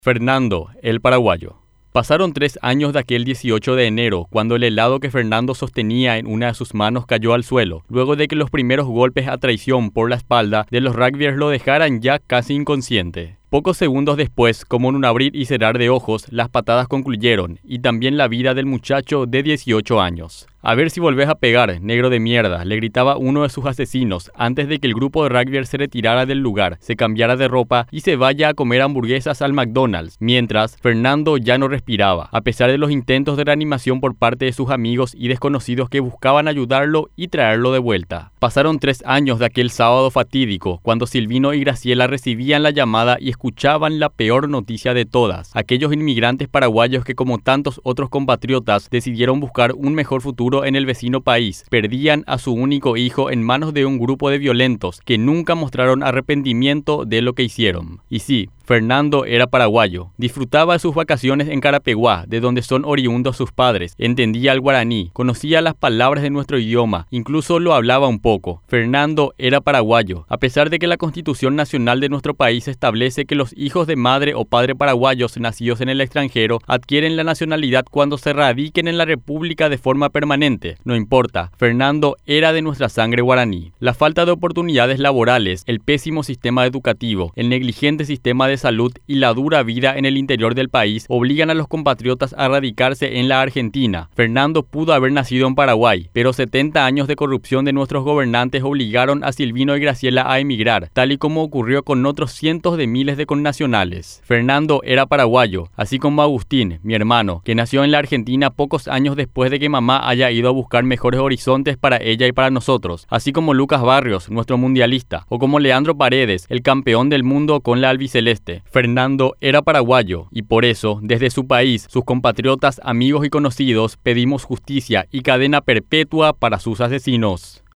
Fernando, el paraguayo. Pasaron 3 años de aquel 18 de enero, cuando el helado que Fernando sostenía en una de sus manos cayó al suelo, luego de que los primeros golpes a traición por la espalda de los rugbyers lo dejaran ya casi inconsciente. Pocos segundos después, como en un abrir y cerrar de ojos, las patadas concluyeron, y también la vida del muchacho de 18 años. A ver si volvés a pegar, negro de mierda, le gritaba uno de sus asesinos antes de que el grupo de rugbyers se retirara del lugar, se cambiara de ropa y se vaya a comer hamburguesas al McDonald's, mientras Fernando ya no respiraba, a pesar de los intentos de reanimación por parte de sus amigos y desconocidos que buscaban ayudarlo y traerlo de vuelta. Pasaron 3 años de aquel sábado fatídico, cuando Silvino y Graciela recibían la llamada y escuchaban la peor noticia de todas, aquellos inmigrantes paraguayos que, como tantos otros compatriotas, decidieron buscar un mejor futuro en el vecino país, perdían a su único hijo en manos de un grupo de violentos que nunca mostraron arrepentimiento de lo que hicieron. Y sí, Fernando era paraguayo, disfrutaba de sus vacaciones en Carapeguá, de donde son oriundos sus padres, entendía el guaraní, conocía las palabras de nuestro idioma, incluso lo hablaba un poco. Fernando era paraguayo, a pesar de que la Constitución Nacional de nuestro país establece que los hijos de madre o padre paraguayos nacidos en el extranjero adquieren la nacionalidad cuando se radiquen en la República de forma permanente. No importa, Fernando era de nuestra sangre guaraní. La falta de oportunidades laborales, el pésimo sistema educativo, el negligente sistema de salud y la dura vida en el interior del país obligan a los compatriotas a radicarse en la Argentina. Fernando pudo haber nacido en Paraguay, pero 70 años de corrupción de nuestros gobernantes obligaron a Silvino y Graciela a emigrar, tal y como ocurrió con otros cientos de miles de connacionales. Fernando era paraguayo, así como Agustín, mi hermano, que nació en la Argentina pocos años después de que mamá haya ido a buscar mejores horizontes para ella y para nosotros, así como Lucas Barrios, nuestro mundialista, o como Leandro Paredes, el campeón del mundo con la albiceleste. Fernando era paraguayo y por eso, desde su país, sus compatriotas, amigos y conocidos, pedimos justicia y cadena perpetua para sus asesinos.